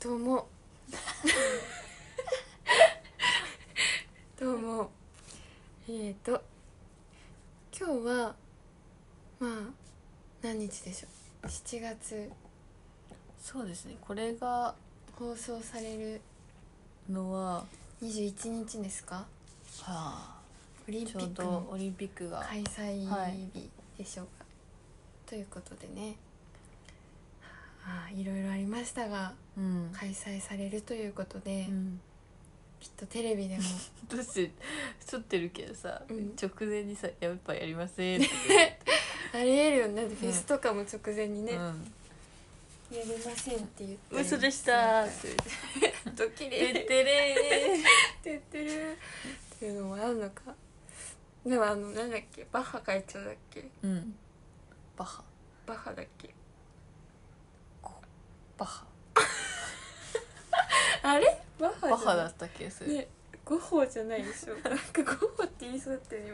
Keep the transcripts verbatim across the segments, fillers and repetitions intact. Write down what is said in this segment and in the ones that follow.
どうもどうもえーと今日はまあ何日でしょう。しちがつそうですね、これが放送されるのはにじゅういちにちですか。 はあオリンピちょうックのどオリンピックが開催はい日でしょうか、ということでね、あいろいろありましたがうん開催されるということで、 うん、 きっとテレビでもどうして撮ってるけどさ、 うん、 直前にさ「やっぱやりません」って言ってありえるよね。だってフェスとかも直前にね、 うん、 やりませんって言ったり嘘でしたーってドキリ言っててれってってるっていうのもあるのか。でもあのなんだっけ、バッハ会長だっけ、 ーうんバッハバッハだっけ、 バッハあれバッハじゃないバッハだったっけそれ、 ね、ゴッホじゃないでしょなんかゴッホって言いそうだったよね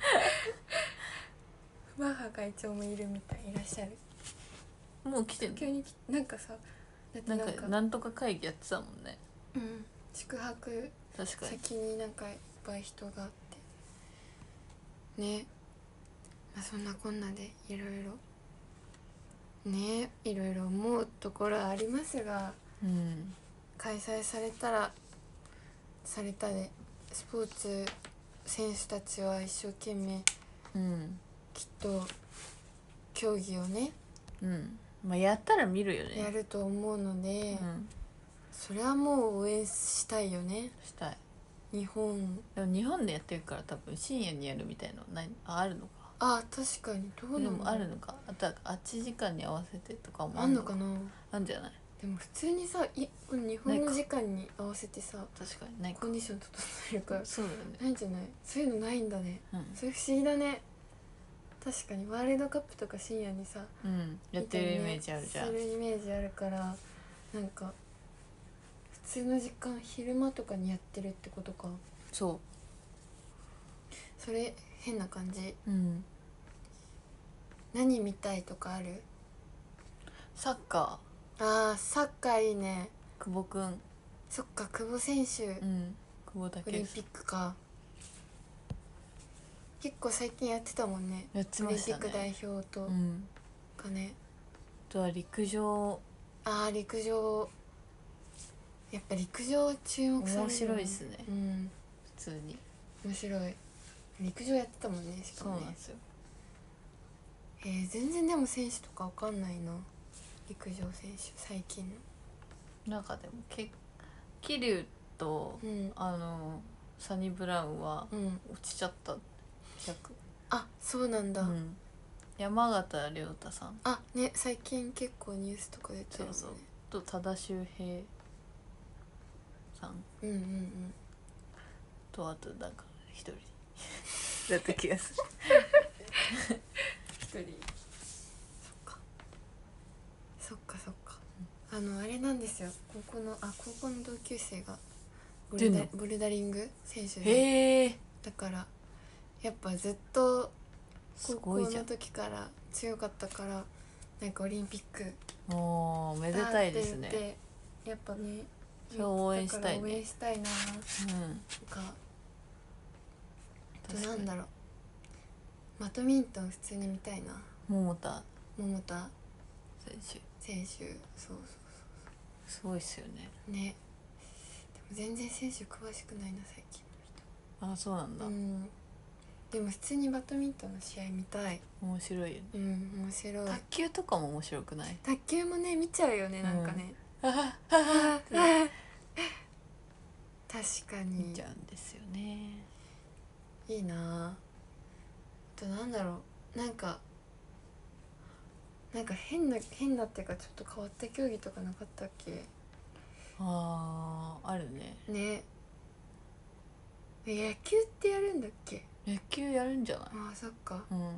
今バッハ会長もいるみたい、いらっしゃる。 もう来てんの。 急にきなんかさ、だってななんんかかなんとか会議やってたもんね。 うん宿泊確かに先になんかいっぱい人があってね、まあ、そんなこんなでいろいろねいろいろ思うところはありますが、 うん開催されたらされたでスポーツ選手たちは一生懸命うんきっと競技をねうんまあやったら見るよね。 やると思うので、 うんそれはもう応援したいよね。 したい。 日本でも日本でやってるから多分深夜にやるみたいなのないああるのか。 あ確かにどうなのでもあるのか。あとはあっち時間に合わせてとかもあんのかな。 あんじゃない。 でも普通にさい日本の時間に合わせてさ確かにないかコンディション整えるからそうだよね。 ないんじゃない。そういうのないんだね。 うんそれ不思議だね。確かにワールドカップとか深夜にさうんやってるイメージあるじゃん。 するイメージあるから、なんか普通の時間昼間とかにやってるってことか。 そそれ変な感じ。 う。うん何見たいとかある。 サッカあーサッカーいいね。 ー久保くん。 そっか久保選手、 うん久保だけオリンピックか。結構最近やってたもんね。 やってオリンピッましたね。 ク代表とうんかね。 あとは陸上あー陸上やっぱ陸上注目されるよね。 面白いっすねうん普通に。 面白い。陸上やってたもんね。しかもねそうなんですよ。 えー、全然でも選手とかわかんないな。陸上選手最近の。 なんかでもけ桐生と、 うんあのサニブラウンはうん落ちちゃったひゃく。 あそうなんだ、 うん山形亮太さんあね最近結構ニュースとか出てるもんね。 そうそうと多田修平さんうんうんうんとあとなんか一人だった気がする一人そっかそっかそっか、あのあれなんですよ。高校のあ高校の同級生がボルダ出んのボルダリング選手で、 へえだからやっぱずっとす高校のごいじゃん。 時から強かったから、なんかオリンピックもうめでたいですね。 だって言ってやっぱねそれを応援したいねだから応援したいなうんとか。あと確かになんだろう、バドミントン普通に見たいな。 桃田桃田選手選手そうそうすごいっすよね。 そうね。でも全然選手詳しくないな最近あそうなんだ、 の人。うんでも普通にバドミントンの試合見たい。 面白いよね。 うん面白い。 卓球とかも面白くない。 卓球もね見ちゃうよね、なんかね、 あははあー確かに見ちゃうんですよね。 いいなあ。あとなんだろう、なんかなんか変な変なっていうかちょっと変わった競技とかなかったっけあーあるね。 ね。え野球ってやるんだっけ。 野球やるんじゃない。 あーそっかうん野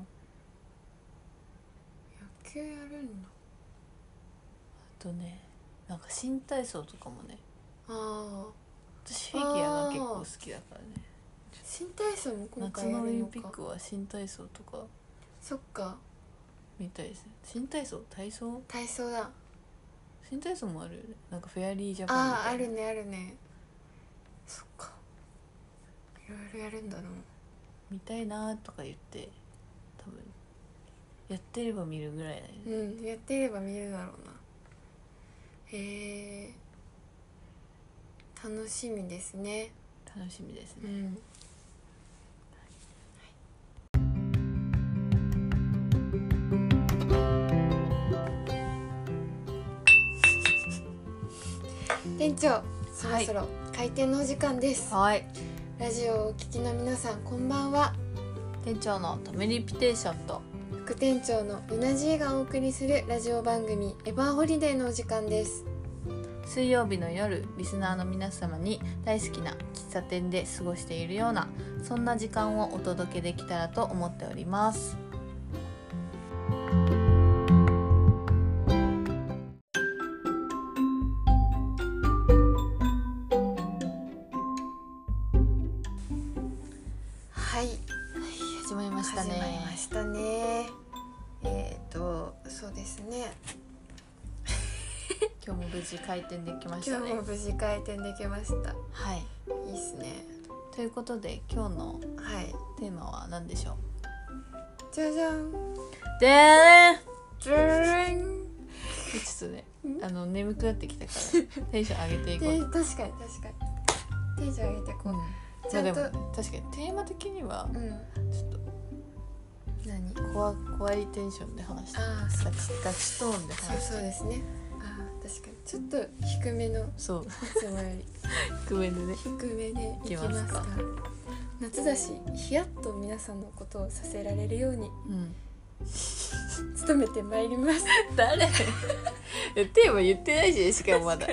球やるんだ。 あとねなんか新体操とかもね。 ああ私フィギュアが結構好きだからね。 新体操も今夏回やるののオリンピッか。 クは新体操とかそっかみたいですね。新体操体操体操だ。 新体操もあるよね。なんかフェアリージャパンみたいな。 あああるねあるね。そっか、いろいろやるんだな。 見たいなとか言って多分やってれば見るぐらいだよね。 うん、やってれば見るだろうな。へえ、楽しみですね。 楽しみですね。 うん店長、そろそろ開店のお時間です。 はい、 ラジオをお聞きの皆さん、こんばんは。 店長のトメリピテーションと副店長のゆなじーがお送りするラジオ番組エバーホリデーのお時間です。 水曜日の夜、リスナーの皆様に大好きな喫茶店で過ごしているような、そんな時間をお届けできたらと思っております。 はい、 始まりましたね。 始まりましたね。えっとそうですね、 今日も無事開店できましたね。 今日も無事開店できました。 はい、 いいっすね。 ということで今日のはい、 テーマは何でしょう。 じゃじゃんでーんじゃーん。 ちょっとね、あの眠くなってきたからテンション上げていこう。 で確かに確かにテンション上げてこう、 うん、 ちゃんと、 まあでも確かにテーマ的にはうん、 ちょっと何怖怖いテンションで話して、 ああガチガチトーンでそう話して、 そうですね。ああ確かにちょっと低めのいそうつもより低めでね。 低めでいきいきまか。 ますすか。 夏だしヒヤッと皆さんのことをさせられるようにうん。 努めてまいります。 誰？テーマ言ってないし、しかもまだ。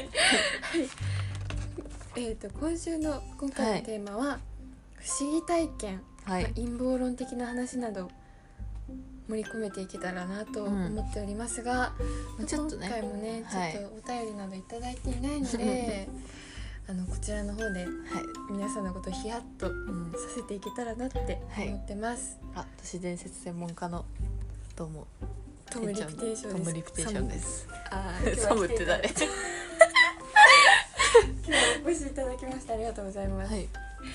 えっと今週の今回のテーマは、不思議体験、 はいまあ、陰謀論的な話など盛り込めていけたらなと思っておりますが、まあちょっとね今回もねちょはいっとお便りなどいただいていないのであのこちらの方ではい。 皆さんのことをヒヤッとうん。 させていけたらなって思ってます。 あ、都市伝説専門家のどうもトムリピテーションです。 トムリピテーションです。 あーサムって誰？ 今日はお越しいただきましてありがとうございます。 はい。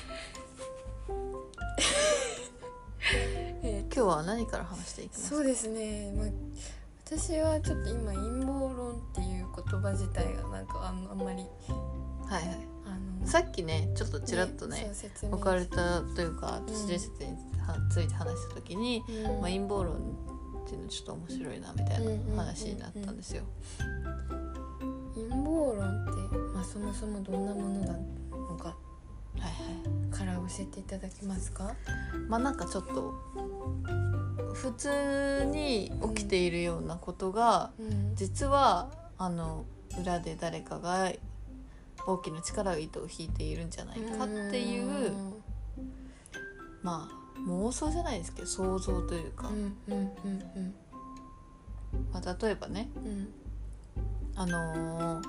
えー今日は何から話していきますか。 そうですね、まあ、私はちょっと今陰謀論っていう言葉自体がなんかあのあんまりはいはい。 あのさっきねちょっとちらっとねそう説明オカルトというか都市伝説について話した時に、 うんまあ、陰謀論っていうのちょっと面白いなみたいな話になったんですよ。 陰謀論って、まあ、そもそもどんなものなのかはいはい。 から教えていただけますか。 まあなんかちょっと普通に起きているようなことが、 うん実はあの裏で誰かが大きな力が糸を引いているんじゃないかっていう、まあ妄想じゃないですけど想像というか、 うんうんうんうんまあ、例えばねうんあのー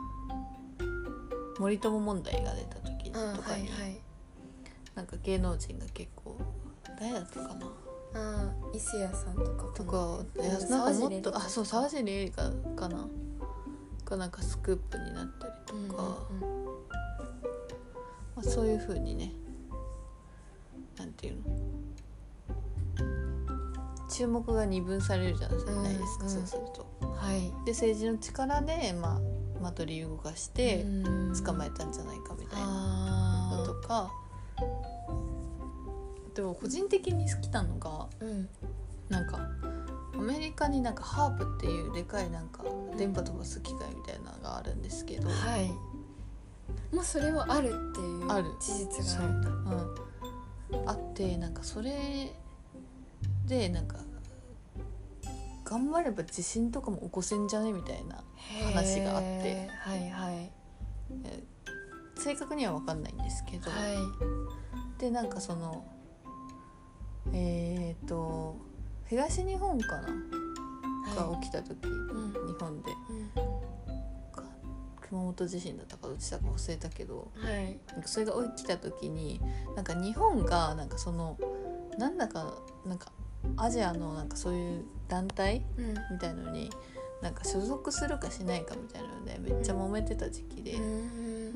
森友問題が出た時あとかに、 はいはい、 なんか芸能人が結構誰だったかなあ伊勢谷さんとかとかか、いやうんなんかも沢尻エリカっとあそう沢尻エリカかながなんかスクープになったりとか、 うんうんうんまあ、そういう風にねなんていうの注目が二分されるじゃないですか、 うんそうすると。 はいで政治の力で、まあ、まとり動かしてうん捕まえたんじゃないかみたいなあのとか、でも個人的に好きなのがうんなんかアメリカになんかハープっていうでかいなんか電波飛ばす機械みたいなのがあるんですけど、 はいもうそれはあるっていうある事実があるんだ。 うん、あってなんかそれでなんか頑張れば地震とかも起こせんじゃねみたいな話があってへーはいはいえ正確には分かんないんですけど、 はでなんかそのえっ、ー、と東日本かな、 いが起きた時、 うん日本でうんか熊本地震だったかどっちだか忘れたけど、 はいなんかそれが起きた時になんか日本がなんかそのなんだかなんかアジアのなんかそういう団体うんみたいのになんか所属するかしないかみたいなのでめっちゃ揉めてた時期で、 うん、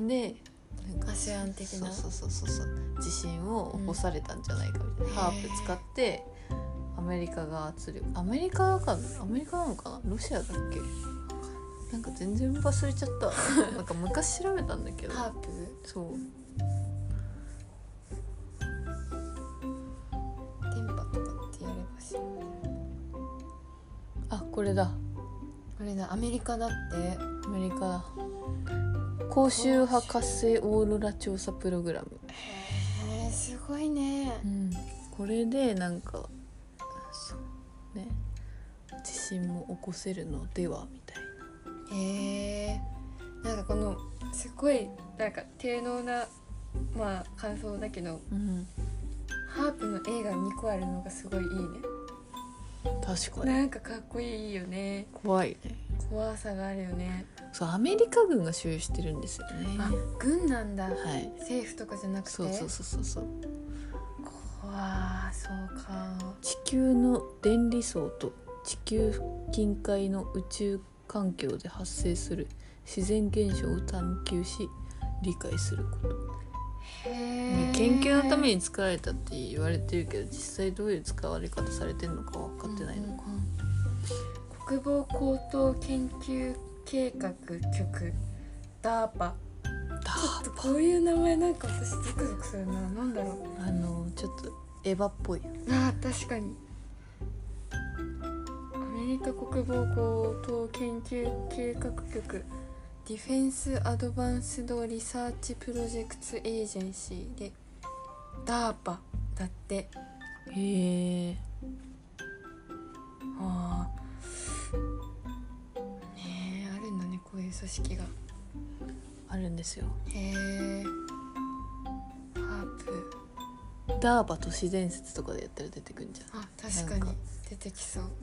でなんかアセアン的なそうそうそうそう地震を起こされたんじゃないかみたいな、うん、ハープ使ってアメリカが圧力アメリカかアメリカなのかなロシアだっけなんか全然忘れちゃったなんか昔調べたんだけどハープそう電波とかってやればしあこれだこれだアメリカだってアメリカだ高周波活性オーロラ調査プログラムへえすごいね、 うん、これでなんかそうね地震も起こせるのではみたいなへえなんかこのすごいなんか低能なまあ感想だけど、 うん、 ハープの映画にこあるのがすごいいいね確かになんかかっこいいよね怖いね怖さがあるよねそうアメリカ軍が所有してるんですよねあ軍なんだ、 はい、 政府とかじゃなくてそうそうそうそうそう怖そうか地球の電離層と地球近海の宇宙環境で発生する自然現象を探求し理解することへー研究のために作られたって言われてるけど実際どういう使われ方されてるのか分かってないのか、 うんうんうん、国防高等研究計画局 ダーパ ちょっとこういう名前なんか私ゾクゾクするななんだろうあのちょっとエヴァっぽいあ確かにアメリカ国防高等研究計画局ディフェンスアドバンスドリサーチプロジェクトエージェンシーで ダーパ だってへえあねえあるんだねこういう組織があるんですよへえハープダーバ都市伝説とかでやったら出てくるんじゃんあ確かに出てきそう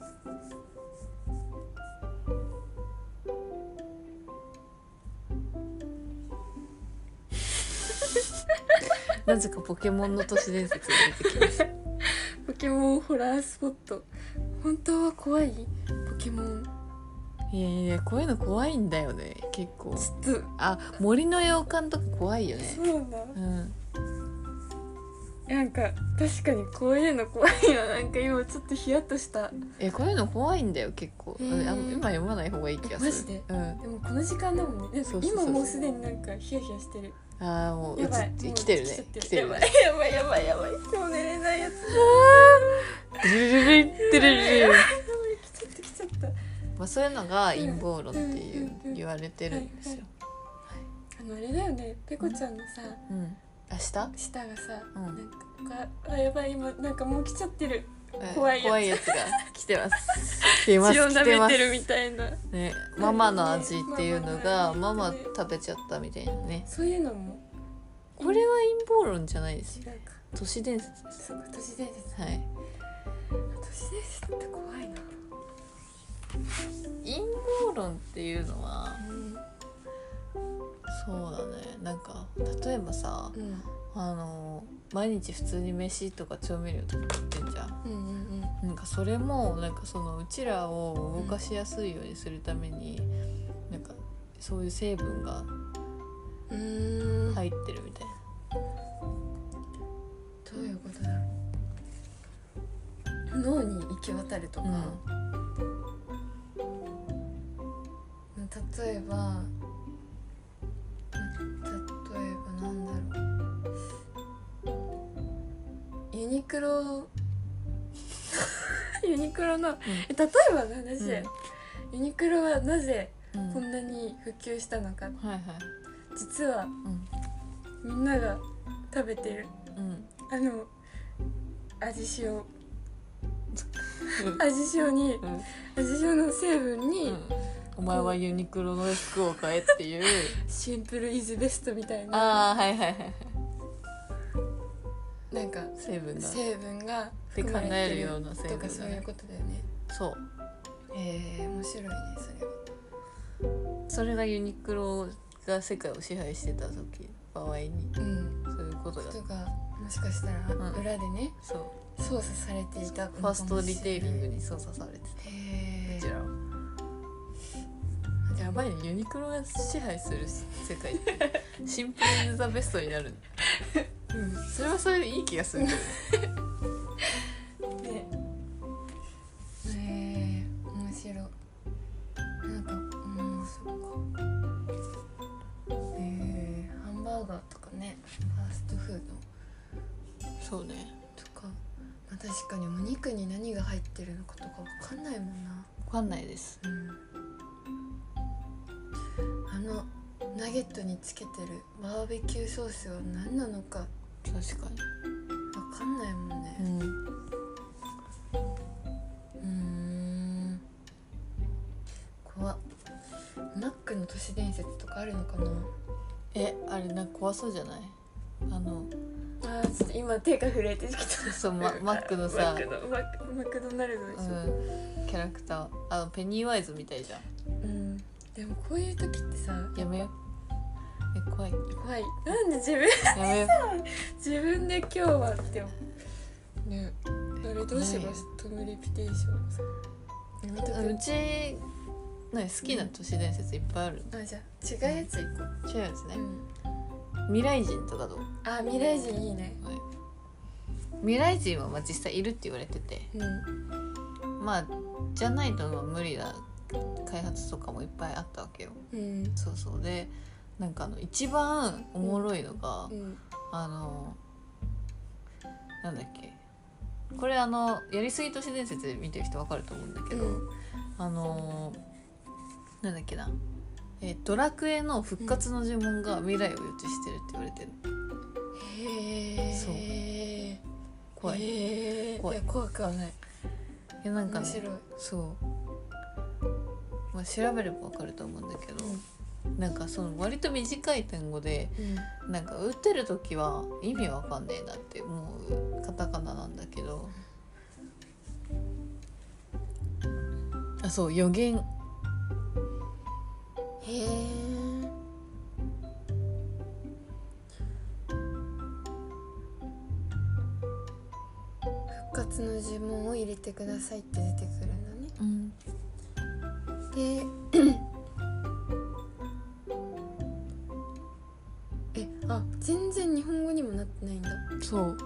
なぜかポケモンの都市伝説が出てきますポケモンホラースポット本当は怖いポケモンいやいやこういうの怖いんだよね結構ちょっとあ森の洋館とか怖いよねそうなんだうんなんか確かにこういうの怖いよなんか今ちょっとヒヤッとしたえこういうの怖いんだよ結構あ今読まない方がいい気がするマジで、 うん、 でもこの時間だもんねそうそうそう今もうすでになんかヒヤヒヤしてるああもうやばい映って来てるね来てるねやばいやばいやばいやばい今日寝れないやつルルルルってるるやばい来ちゃった来ちゃったまあそういうのが陰謀論っていう言われてるんですよあのあれだよねペコちゃんのさ、 うん、明日舌がさ、 うん、 なんかあやばい今なんかもう来ちゃってる怖いやつ怖いやつが来てます来てます血を舐めてるみたいなねママの味っていうのがママ食べちゃったみたいなねそういうのもこれは陰謀論じゃないです違うか都市伝説ですそうか都市伝説はい都市伝説って怖いな陰謀論っていうのは、うん、そうだねなんか例えばさ、うん、あの毎日普通に飯とか調味料とか食ってんじゃん、うんうんうん、なんかそれもなんかそのうちらを動かしやすいようにするために、うん、なんかそういう成分が入ってるみたいな。 どういうことだろう脳に行き渡るとか、うん、例えば例えばなんだろうユニクロユニクロの、うん、例えばの話で、うん、ユニクロはなぜこんなに普及したのか、 うんはいはい、 実は、うん、みんなが食べてる、うん、あの味塩味塩に、うん、味塩の成分に、うん、 お前はユニクロの服を買えっていうシンプルイズベストみたいなあはいはいはいなんか成分が成分が含まれてるような成分とかそういうことだよねそうへえ面白いねそれはそれがユニクロが世界を支配してた時場合に、うん、そういうことがことがもしかしたら裏でね、 うん、そう操作されていたファーストリテイリングに操作されてたへこちらはばいね。ユニクロが支配する世界ってシンプルイズザベストになる、うん、それはそれでいい気がするけどね。 ねえー、面白い。なんかうんそっか。えー、ハンバーガーとかね、ファーストフードそうねとか、まあ、確かにお肉に何が入ってるのかとか分かんないもんな。 分かんないです、 うん、あのナゲットにつけてるバーベキューソースは何なのか確かに分かんないもんね。 うんうーん怖っ。マックの都市伝説とかあるのかな。 えあれなんか怖そうじゃない？あのあーちょっと今手が震えてきた。 そうマ, マックのさマックのマックマクドナルドでしょ、 うん、キャラクターあのペニーワイズみたいじゃん。 うん、でもこういう時ってさやめよえ怖い怖い。なんで自分やめよ自分で今日はってねあれどうします、トムレピテーションさやめとく。 うち何好きな都市伝説いっぱいある。 あじゃあ違うやついこう。 違うやつね、 うん、 未来人とかどう？ あ未来人いいね、 はい、未来人はまあ実際いるって言われてて、 うん、 まあじゃないと無理な開発とかもいっぱいあったわけよ、 うん、 そうそうでなんかあの一番おもろいのが、 うん、 あのなんだっけこれあのやりすぎ都市伝説で見てる人分かると思うんだけど、うん、あのなんだっけな、えー、ドラクエの復活の呪文が未来を予知してるって言われてる、 うん、へえそう怖い、 へ怖い。いや怖くはない。 いやなんかね面白い。 そう、まあ、調べれば分かると思うんだけど、うん、なんかその割と短い単語で、うん、なんか打ってる時は意味わかんねえなって思うカタカナなんだけど、あそう予言へえ復活の呪文を入れてくださいって出てくるんだね、うん、でえあ全然日本語にもなってないんだ。 そう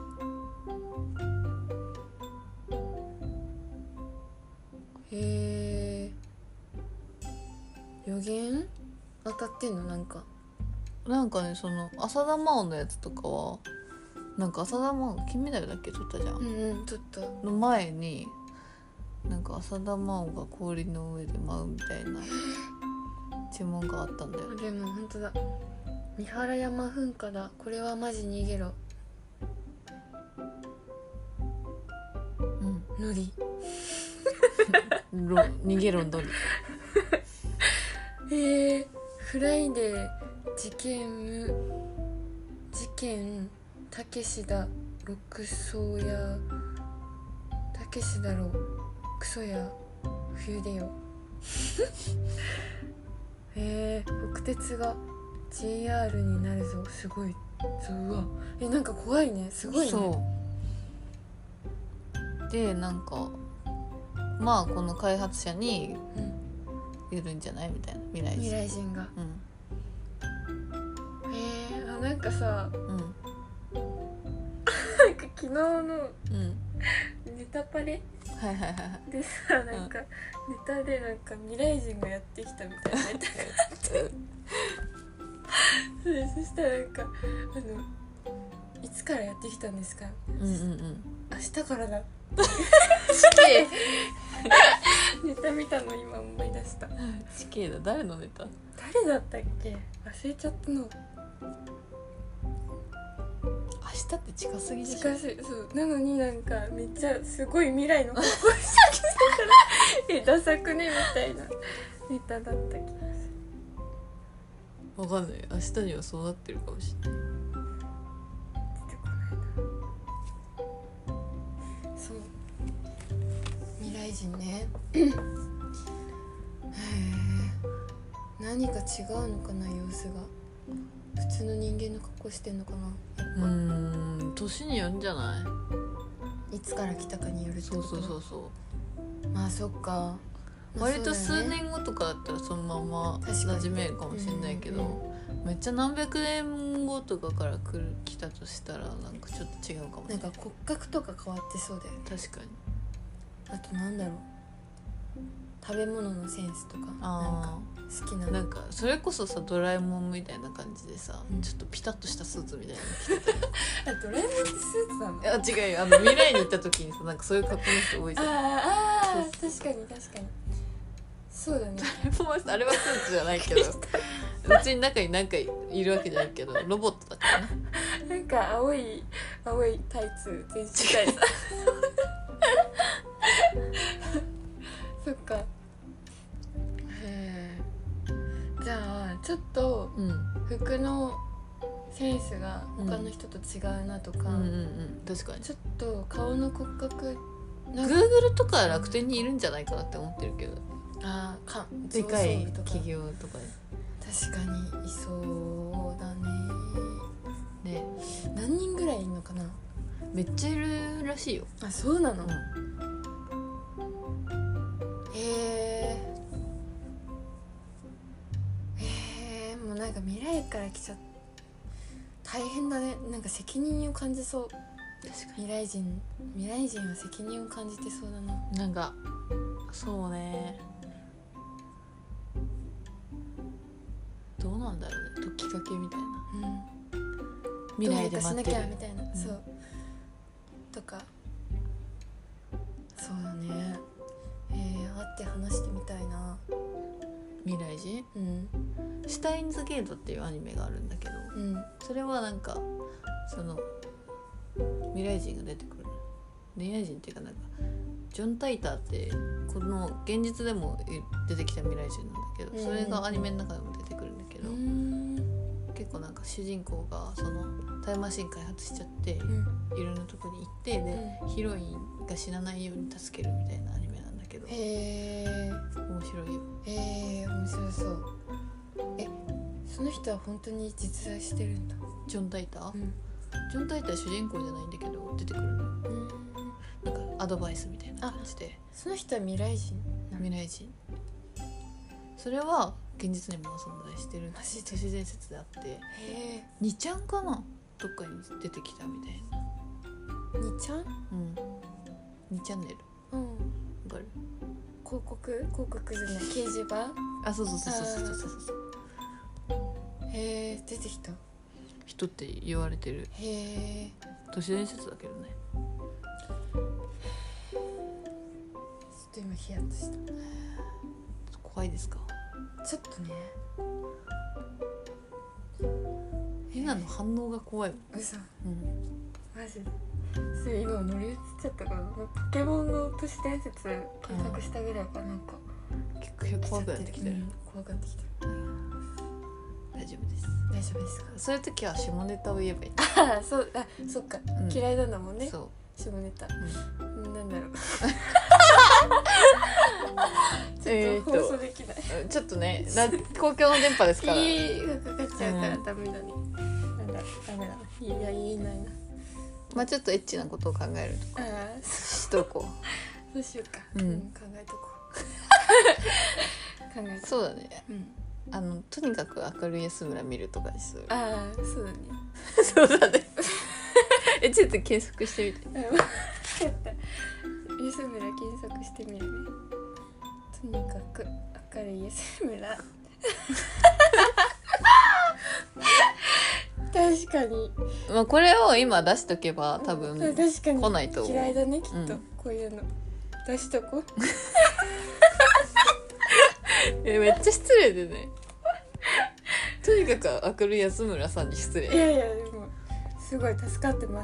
へえ予言当たってんの？なんかなんかねその浅田真央のやつとかはなんか浅田真央金メダルだっけ取ったじゃん、 うんうん取ったの前になんか浅田真央が氷の上で舞うみたいな注文があったんだよ。 でも本当だ三原山噴火だ。これはマジ逃げろ。 うんノリろ逃げろノリへえフライデー事件事件たけしだろクソやたけしだろクソや冬でよへえ国鉄が ジェイアール になるぞ。すごいそううわえなんか怖いね。すごいね。 そうでなんかまあこの開発者にいるんじゃないみたいな未来人未来人が、 うん、 へえあなんかさ、うん、なんか昨日のネタパレ、 うん、はいはいはいでさなんか、うん、ネタでなんか未来人がやってきたみたいなネタがあってでそしたらなんかあのいつからやってきたんですか、 うんうんうん、 明日からだ死刑ネタ見たの今思い出した。 死刑だ。誰のネタ？ 誰だったっけ忘れちゃったの。 明日って近すぎでしょ。 近すぎそうなのになんかめっちゃすごい未来の格好してきたからえダサくねみたいなネタだった気がする。 わかんない。明日にはそうなってるかもしれない。 出てこないな。そう未来人ねへえ何か違うのかな様子が。普通の人間の格好してんのかな。やっぱうーん年によるんじゃない？ いつから来たかによるってこと。 そうそうそうそう。 まあそっか。 割と数年後とかだったらそのまま馴染めるかもしれないけど、うんうん、めっちゃ何百年後とかから来る来たとしたらなんかちょっと違うかもね。 なんか骨格とか変わってそうだよね。 確かに。 あとなんだろう、食べ物のセンスとかあなんか好きななんかそれこそさドラえもんみたいな感じでさ、うん、ちょっとピタッとしたスーツみたいなの着てたりドラえもんってスーツなの？ いや違うよ、あの未来に行った時にさなんかそういう格好の人多いじゃん。 ああ確かに確かにそうだね。 ドラえもんあれはスーツじゃないけどうちに中に何かいるわけじゃないけどロボットだからね。 なんか青い青いタイツ全身タイツそっか。へえ。じゃあちょっと服のセンスが他の人と違うなとか、 うんうんうんうん、確かにちょっと顔の骨格 Google とか楽天にいるんじゃないかなって思ってるけど、 あーかでかい企業とか確かにいそうだね。 ね。 何人ぐらいいるのかな。 めっちゃいるらしいよ。 あ、そうなの、 うん、 へえへえ。もうなんか未来から来ちゃ大変だね。なんか責任を感じそう。 確かに未来人未来人は責任を感じてそうだな。 なんかそうね、どうなんだろうね、時かけみたいな、 うん、 未来で待ってるどうにかしなきゃみたいな、うん、そうとか。そうだね。えー、会って話してみたいな。 未来人、 うん、 シュタインズゲートっていうアニメがあるんだけど、 うん、 それはなんかその未来人が出てくる。未来人っていうかなんかジョン・タイターってこの現実でも出てきた未来人なんだけど、それがアニメの中でも出てくるんだけど、うん、結構なんか主人公がそのタイムマシン開発しちゃって、うん、いろんなとこに行ってで、うん、ヒロインが死なないように助けるみたいなアニメなんだけど、 へー面白いよ。 へー面白そう。え、その人は本当に実在してるんだ。 ジョン・タイター、 うん、 ジョン・タイター主人公じゃないんだけど出てくるの、うん、なんかアドバイスみたいな感じで。 その人は未来人。 未来人、それは現実にも存在してる都市伝説であって、 へえ。 にちゃんかな、どっかに出てきたみたいな。にちゃん？うん、 にチャンネル、うん、わかる？ 広告広告じゃない、掲示板。 あ、そうそうそうそうそうそうそう。 へえ、出てきた人って言われてる。 へえ。 都市伝説だけどね。 ちょっと今ヒヤッとした。 怖いですか？ ちょっとね。 ヘナの反応が怖いもん。 嘘。 うん。 マジで。それ今乗り移っちゃったから、ポケモンの都市伝説検索したぐらいかなんか。 結構怖くなってきてる。うん、 怖くなってきてる。 大丈夫です。 大丈夫ですか？ そういう時は下ネタを言えばいい。 ああ、そう、あ、そっか、うん、嫌いなんだもんね。 そう。 下ネタ。うん、なんだろう。 ちょっと放送できない。 えー、ちょっとね、公共の電波ですから。 いいがかかっちゃうからダメだね。なんだ、ダメだ。いや、言えないな。 まあちょっとエッチなことを考えるとかしとこう。そうしようか。 うん、 うん、考えとこう。考えとこう。 そうだね。うん。あのとにかく明るい安村見るとかにする。 ああ、そうだね。 そうだね。え、ちょっと検索してみて。 分かった。安村検索してみるね。とにかく明るい安村。確かに。 まあこれを今出しとけば多分確かに来ないと思う。 嫌いだねきっと、うん、こういうの出しとこう。 え、めっちゃ失礼でね。とにかく明るい安村さんに失礼。 いやいや、でもすごい助かってます。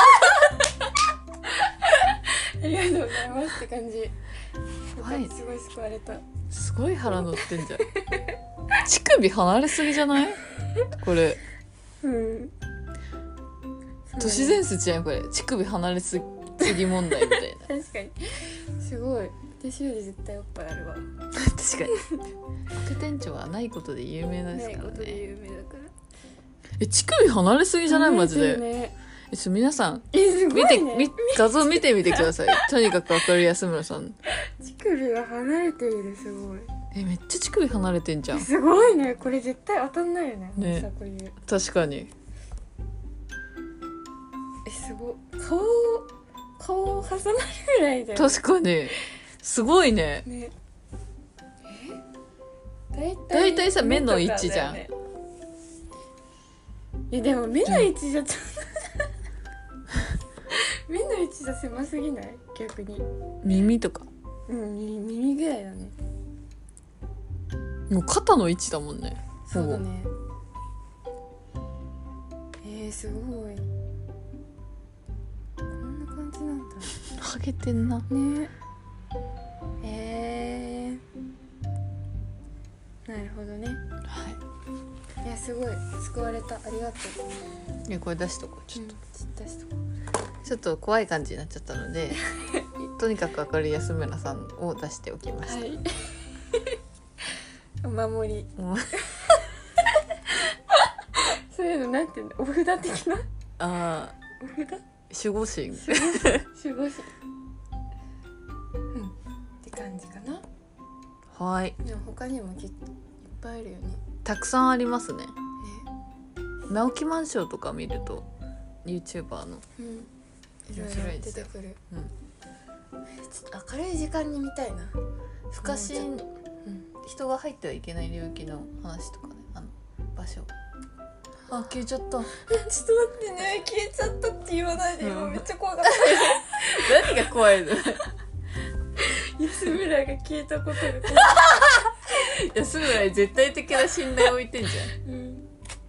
ありがとうございますって感じ。はい、すごい救われた。 すごい腹乗ってんじゃん。乳首離れすぎじゃない？これ。うん。都市伝説じゃんこれ。乳首離れすぎ問題みたいな。 確かに。すごい。私より絶対おっぱいあるわ。 確かに。副店長はないことで有名ですからね。 ないことで有名だから。 え、乳首離れすぎじゃないマジで。 ね、 えちょ皆さんえすご見ていね。 み画像見てみてください。とにかく明るい安村さん。 乳首が離れている。すごい。 えめっちゃ乳首離れてんじゃん。 すごいね。これ絶対当たんないよね。 ねさこういう。 確かに。 えすごい。顔顔を挟まるぐらいだよ。 確かにすごいね。 ね。え？ だいたいさ目の位置じゃん。 いやでも目の位置じゃちょっと目の位置じゃ狭すぎない？逆に。 耳とか。 うん耳耳ぐらいだね。 もう肩の位置だもんね。 そうだね。えー、すごい。こんな感じなんだ。 ハゲてんな。 ね。えー、なるほどね。 はいやすごい救われた。ありがとう。 い。これ出しとこう。ちょっと、 うん、ちょっとしとこちょっと怖い感じになっちゃったのでとにかく明るい安村さんを出しておきました。 はいお守りもうそういうのなんていうの、お札的なあお札守護神守護神うんって感じかな。 はいでも他にもきっといっぱいあるよね。 たくさんありますね。 ね、 直木マンションとか見ると YouTuber のうん、いろいろ面白いですよ。 出てくる。 うん、 ちょっと明るい時間に見たいな。 不可侵もうちょっとうん、 人が入ってはいけない領域の話とかね、あの場所。あ消えちゃった。 ちょっと待ってね、消えちゃったって言わないでよ、 うんめっちゃ怖かった何が怖いの？ 安村が消えたことが怖い。 安村に絶対的な信頼を置いてんじゃん。 うん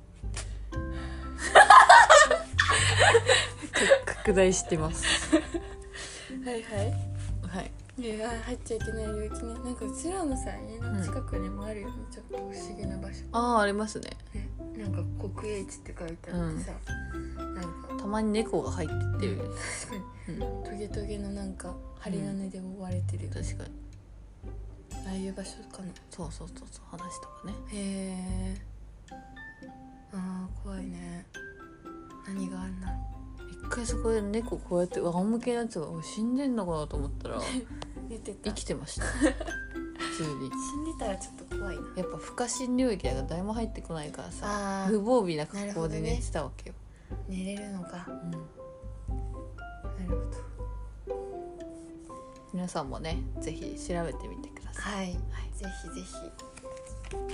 拡大してます。 はいはいはい。 いや入っちゃいけない領域ね。なんかうちらのさ家の近くにもあるよね、ちょっと不思議な場所、 ああありますね。 ね、なんか国営地って書いてあってさ、なんかたまに猫が入ってってる。 確かにうん、 トゲトゲのなんか針金で覆われてるよ、ね確かに。 ああいう場所かな。 そうそうそうそう話とかね。 へえ。あー怖いね。何があんな。 一回そこで猫こうやって仰向けのやつが死んでんのかなと思ったら寝てた。 生きてました普通に。 死んでたらちょっと怖いな。 やっぱ不可侵領域だから誰も入ってこないからさ、 あ無防備な格好でなるほどね寝てたわけよ。 寝れるのか。 うん、 なるほど。 皆さんもねぜひ調べてみてください。 はい、 はい、 ぜひぜひ。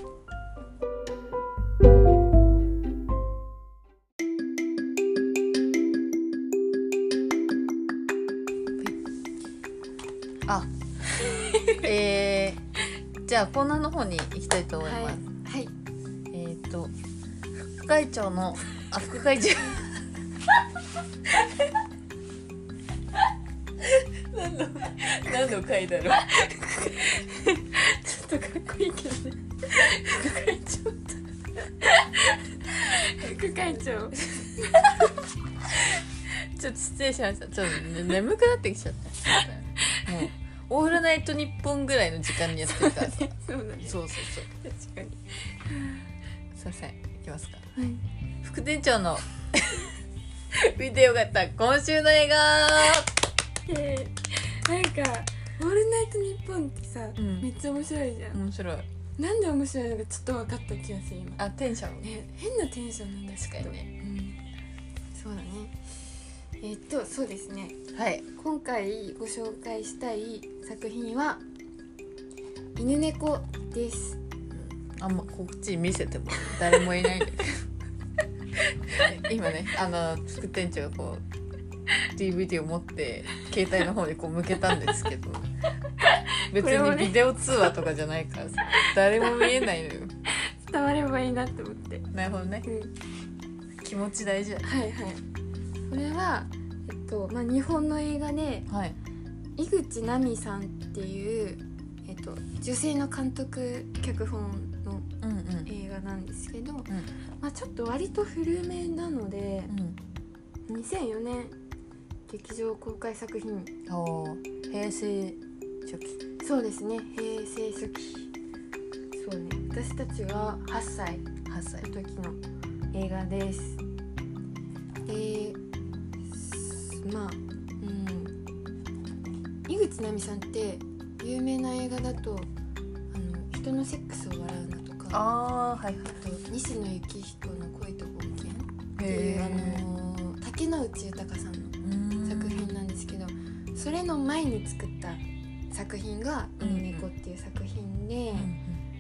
あえー、じゃあコーナーの方に行きたいと思います。 はい、はい、 えっ、ー、と副会長のあ副会長何の何の会だろう。 ちょっとかっこいいけどね。副会長副会長ちょっと失礼しました。ちょっと、ね、眠くなってきちゃった。もうオールナイトニッポンぐらいの時間にやってるからさ。 そうだね。 そうそうそう。 確かに。 すいません。いきますか。 はい。 副店長の見てよかった今週の映画。 えー、なんかオールナイトニッポンってさ、 うんめっちゃ面白いじゃん。 面白い。 なんで面白いのかちょっと分かった気がする今。 あテンション。 ね、変なテンションなんだ確かにね。 うん、そうだね。えーっとそうですね。 はい。 今回ご紹介したい作品は犬猫です。 あんまこっち見せても誰もいないんだけど今ねあの副店長がこう ディーブイディー を持って携帯の方にこう向けたんですけど別にビデオ通話とかじゃないからさ、誰も見えないのよ。 伝わればいいなって思って。 なるほどね、 うん、 気持ち大事だ。 はいはい。これはえっとまあ日本の映画で、 はい、 井口奈美さんっていうえっと女性の監督脚本のうんうん映画なんですけど、 うんまあちょっと割と古めなので、 うんにせんよねん劇場公開作品。 おー平成初期。 そうですね、平成初期。そうね、私たちははっさいはっさいの時の映画です。でまあ、うん、井口奈美さんって有名な映画だとあの人のセックスを笑うなとか、 あー、はいはい、 あと西野幸彦の恋と冒険っていうあの竹野内豊さんの作品なんですけど、それの前に作った作品が「犬猫」っていう作品で、うんうん、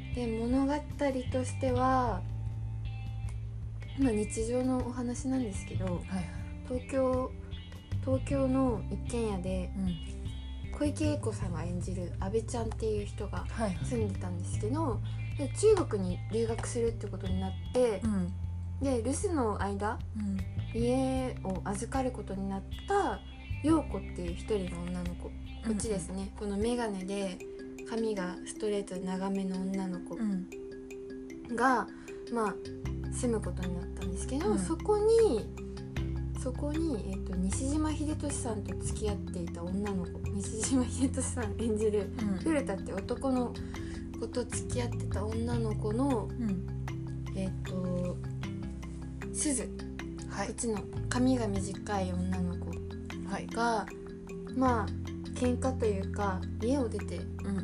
で物語としては、まあ、日常のお話なんですけど、はいはい、東京東京の一軒家で、うん、小池栄子さんが演じる阿部ちゃんっていう人が住んでたんですけど、はいはい、で中国に留学するってことになって、うん、で留守の間、うん、家を預かることになった陽子っていう一人の女の子、こっちですね、うん、この眼鏡で髪がストレートで長めの女の子が、うん、まあ住むことになったんですけど、うん、そこにそこに、えーと、西島秀俊さんと付き合っていた女の子、西島秀俊さん演じる、うん、古田って男の子と付き合ってた女の子の、うん、えっ、ー、と鈴、はい、こっちの髪が短い女の子が、はい、まあ喧嘩というか家を出て、うん、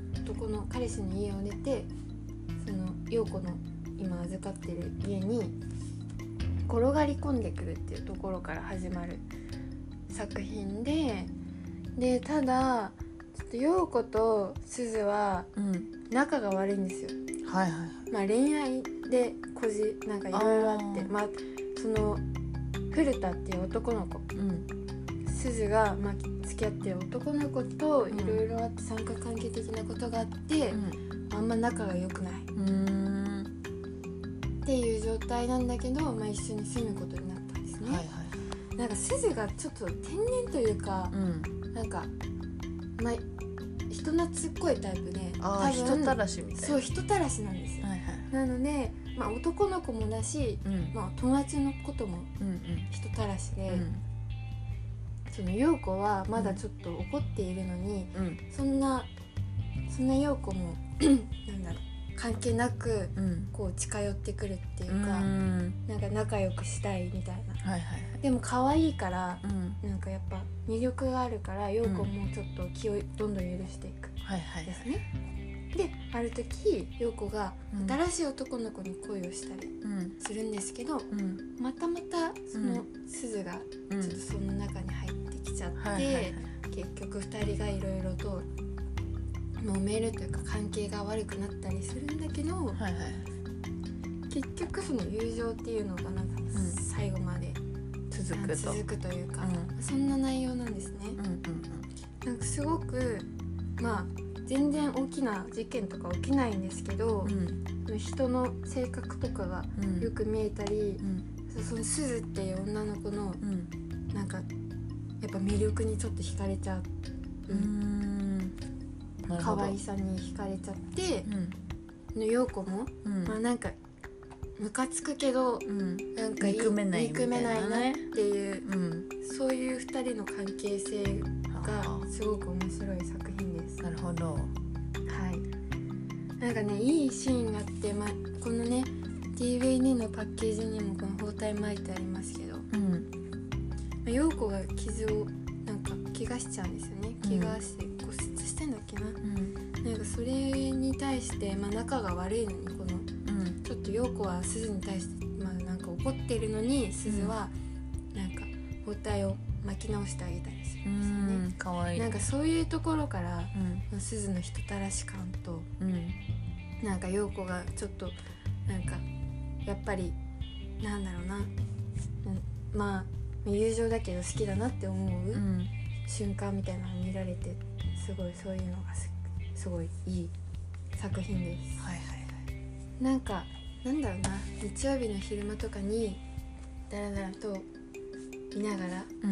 男の彼氏の家を出て、その陽子の今預かってる家に転がり込んでくるっていうところから始まる作品で、でただちょっと陽子と鈴は仲が悪いんですよ、うん、はいはい、まあ、恋愛でこじなんかいろいろあって、まあその古田っていう男の子、うん、鈴が、まあ、付き合ってる男の子といろいろあって三角関係的なことがあって、うん、あんま仲が良くない、うーんっていう状態なんだけど、まあ、一緒に住むことになったんですね、はいはい、なんか鈴がちょっと天然というか、うん、なんか、まあ、人懐っこいタイプで、 あ人たらしみたいな、 そう人たらしなんですよ、はいはい、なので、まあ、男の子もだし、うんまあ、友達のことも人たらしで、うんうん、その陽子はまだちょっと怒っているのに、うん、そんなそんな陽子もなんだろう関係なくこう近寄ってくるっていうか、うん、なんか仲良くしたいみたいな、はいはいはい、でも可愛いから、うん、なんかやっぱ魅力があるから陽子もちょっと気をどんどん許していくですね、はいはいはい、である時陽子が新しい男の子に恋をしたりするんですけど、うん、またまたその鈴がちょっとその中に入ってきちゃって、うんはいはいはい、結局ふたりがいろいろと揉めるというか関係が悪くなったりするんだけど、はいはい、結局その友情っていうのがなんか最後まで続くと、 続くというか、うん、そんな内容なんですね、うんうんうん、なんかすごくまあ全然大きな事件とか起きないんですけど、うん、人の性格とかがよく見えたり、うん、その鈴っていう女の子の、うん、なんかやっぱ魅力にちょっと惹かれちゃう、うん、可愛さに惹かれちゃって、うん、陽子も、うん、まあなんかムカつくけど、うん、なんか憎めないみたいな、ね、 憎めないなっていう、うん、そういうふたりの関係性がすごく面白い作品です。 なるほど。はい 。なんかねいいシーンがあって、まあ、このね ディーブイディー のパッケージにもこの包帯巻いてありますけど、うんまあ、陽子が傷をなんか怪我しちゃうんですよね。怪我して骨折してんだっけな、うん、なんかそれに対して、まあ、仲が悪いのにこの、うん、ちょっと陽子は鈴に対して、まあ、なんか怒ってるのに鈴はなんか包帯を巻き直してあげたりするんですよね。 うんかわいい。 なんかそういうところから、うん、鈴の人たらし感と、うん、なんか陽子がちょっとなんかやっぱりなんだろうな、うん、まあ友情だけど好きだなって思う、うん瞬間みたいなのを見られてすごいそういうのが す, すごいいい作品です、はいはいはい、なんかなんだろうな日曜日の昼間とかにだらだらと見ながら、うん、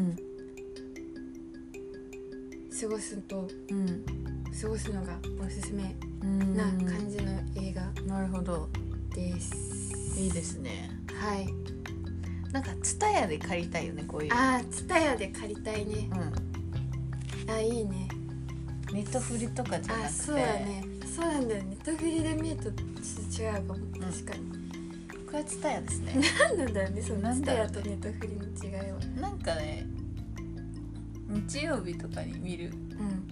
過ごすと、うん、過ごすのがおすすめな感じの映画です。 なるほどですいいですね。はいなんかツタヤで借りたいよねこういう。 ああツタヤで借りたいね、うんあいいね。 ネットフリとかじゃなくて。あそうだねそうなんだよ。ネットフリで見るとちょっと違うかも、うん、確かにこれはツタヤですね。 なんなんだよねそのツタヤとネットフリの違いは。 なんかね日曜日とかに見るうん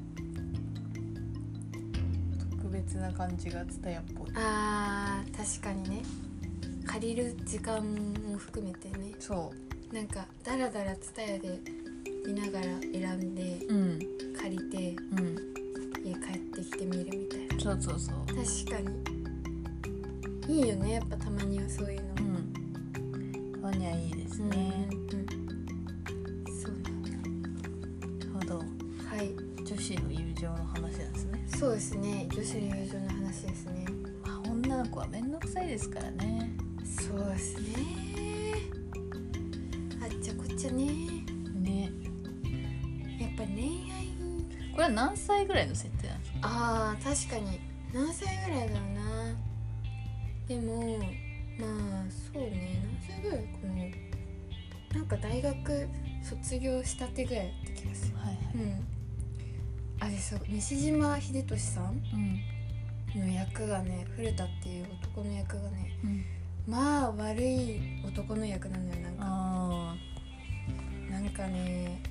特別な感じがツタヤっぽい。 あー確かにね借りる時間も含めてねそなんかダラダラツタヤで見ながら選んでううん借りてうん家帰ってきて見るみたいなそうそうそう確かにいいよねやっぱたまにはそういうのもうんたまにはいいですね、 うんうんうんそうなるほどはい女子の友情の話なんですね。 そうですね女子の友情の話ですねまあ女の子はめんどくさいですからね。 そうですねあっちゃこっちゃねねやっぱ恋愛これは何歳ぐらいの設定なんですか？ あー確かに何歳ぐらいだろうなでもまあそうね何歳ぐらいかななんか大学卒業したてぐらいだった気がするはいはいうんあれそう西島秀俊さんうんの役がね古田っていう男の役がねうんまあ悪い男の役なのよなんかあなんかね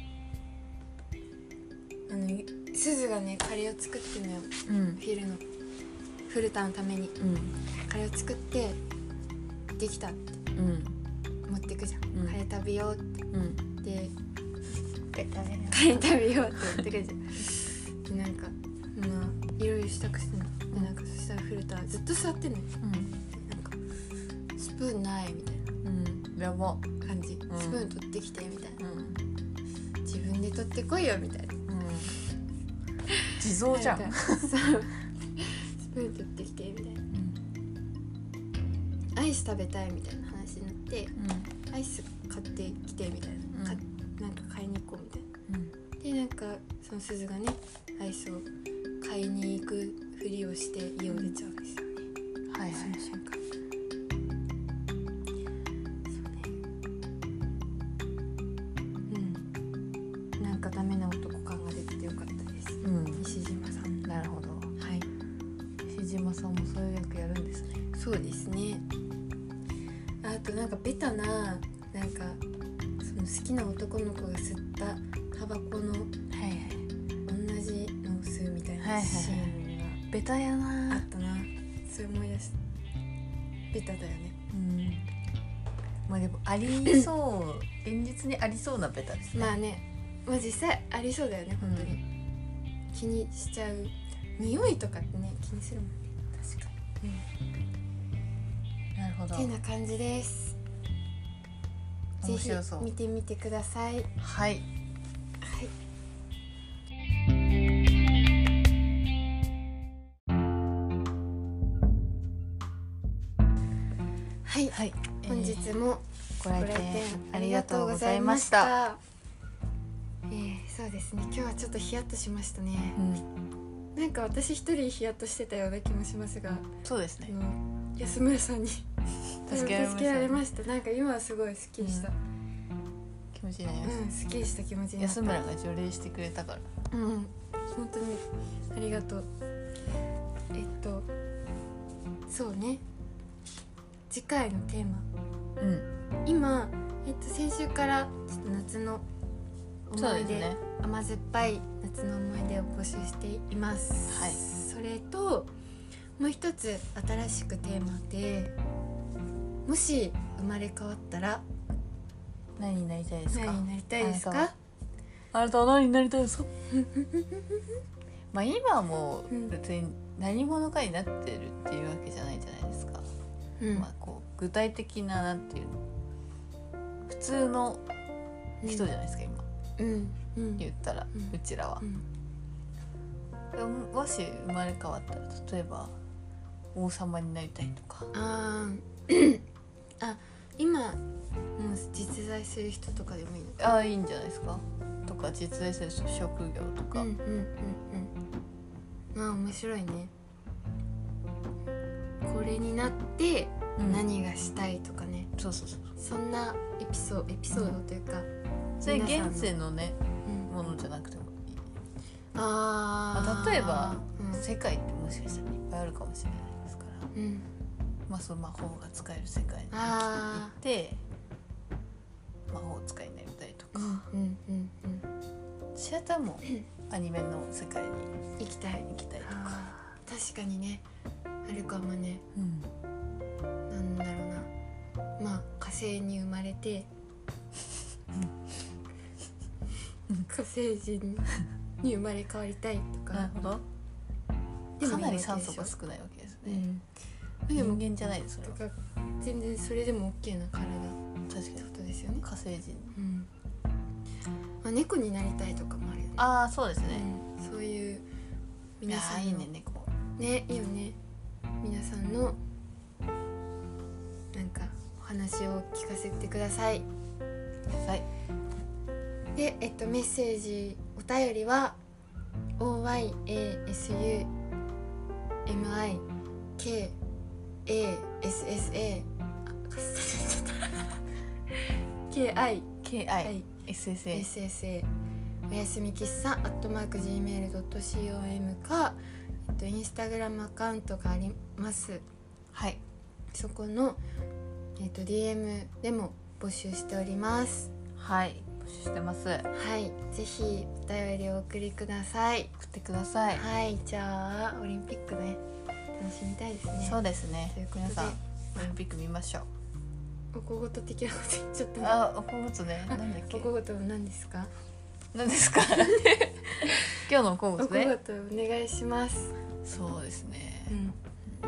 あの鈴がねカレーを作ってんのよーうんフィルの古田のためにうんカレーを作ってできたってうん持ってくじゃん、 うんカレー食べようってうんで食べたねカレー食べようって言ってくるじゃんでなんかまあいろいろ支度してんのでなんかそしたら古田ずっと座ってんのようんなんかスプーンないみたいうんやばな感じ、 んスプーン取ってきてみたいなうん自分で取ってこいよみたいなうん地蔵じゃん。 なんかそうスプーン取ってきてみたいなアイス食べたいみたいな話になってアイス買ってきてみたいな、かなんか買いに行こうみたいなうんでなんかその鈴がねアイスを買いに行くふりをして家を出ちゃうんですよね、 はいはいその瞬間そうねうんなんかダメな男感が出ててよかったですうん西島さんなるほど。 はい西島さんもそういう役やるんですね。 そうですねあとなんかベタななんかその好きな男の子が吸ったタバコのはいはい同じのを吸うみたいはいはいはいなシーンベタやがあなったな、それ思い出したベタだよねうんまあでもありそう現実にありそうなベタですね。 まあねまあ実際ありそうだよね本当に、気にしちゃう匂いとかってね気にするもんね確かうんに。なるほど。 てな感じですぜひ面白そう。 見てみてくださいはいはいはい、 はい本日もごご来来店店ありありががとうごとうございざいまし。 ましたたえー、そうですね今日はちょっとヒヤッとしましたねうんなんか私一人ヒヤッとしてたような気もしますがそうですね。 あの安村さんに助けられましたね助けられましたなんか今はすごいスッキリした、 気持ちいいなりうまん、すっきりした気持ちす。 になった安村が除霊してくれたから。 うん本当にありがとうえっとそうね次回のテーマうん今、えっと、先週からちょっと夏のそう思い出、 ですね。 甘酸っぱい夏の思い出を募集しています、 はいそれともう一つ新しくテーマでもし生まれ変わったら何になりたいですか？ 何になりたいですあなたはか？ あなたは何になりたいですか？まあ今はもうんう別に何者かになってるっていうわけじゃないじゃないですか。 うんまあこう具体的ななんていうの普通の人じゃないですか、今うんうん言ったら、 ううんちらはう。んでももし生まれ変わったら例えば王様になりたいとか。 あーあ今もう実在する人とかでもいいのかああいいんじゃないですか。とか実在する職業とか。 うんうんうんうんああ面白いねこれになってうん何がしたいとかね、 そうそうそう。 そんなエピソードエピソードというか、 それ皆さんの現世のねうんものじゃなくてもいい。 あー例えば、 うん世界ってもしかしたらいっぱいあるかもしれないですから、 うん、 まあその魔法が使える世界に行あって魔法使いになりたいとか、 ーうんうんうんうんシアターもアニメの世界に行きたい行きたいとか、 あー確かにねあるかもね。 うん、 なんだろうな、まあ火星に生まれて火星人に生まれ変わりたいとか。 なるほど。 でもいいわけでしょかなり酸素が少ないわけですね、 うん、でも人間じゃないですそれは。 とか全然それでも OK な体確かにってことですよね。 火星人。 うんまあ、猫になりたいとかもあるよね。 ああそうですね、 うん、そういう皆さんのいやいいね猫。 ねいいよね。皆さんのなんかお話を聞かせてください。 はい。 で、えっと、メッセージお便りは オーワイエーエスユーエムアイケーエーエスエスエー あ、かすれちゃった ケーアイケーアイエスエスエーエスエスエー おやすみ喫茶アットマーク ジーメールドットコム か、えっと、インスタグラムアカウントがあります。 はい。 そこの、えっと、ディーエム でも募集しております。 はい募集してます。 はい、ぜひお便りをお送りください。 送ってください。 はい、じゃあオリンピックね楽しみたいですね。 そうですね。 ということで皆さんオリンピック見ましょう。 お小言的なこと言っちゃったね。 あ、お小言ね。なんだっけ。 お小言何ですか？ 何ですか。今日のお小お小言ね。 言お願いします。 そうですね。 うん、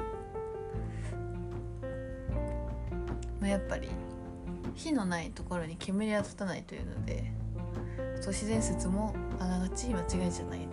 まあ、やっぱり火のないところに煙は立たないというので、都市伝説もあながち間違いじゃない。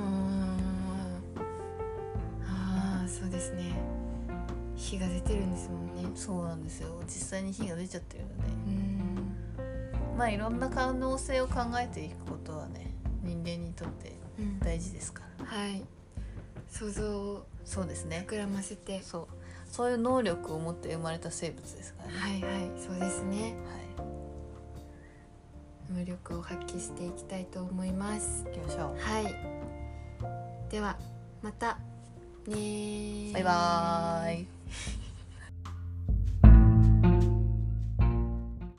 ああ、そうですね。火が出てるんですもんね。 そうなんですよ。実際に火が出ちゃってるので、 うん、 まあいろんな可能性を考えていくことはね、人間にとってうん、 大事ですから。 はい。想像をそうですね。 膨らませて、 そう、そういう能力を持って生まれた生物ですからね。 はいはい、そうですね。 はい。 能力を発揮していきたいと思います。 行きましょう。 はい。ではまたね。 バイバーイ。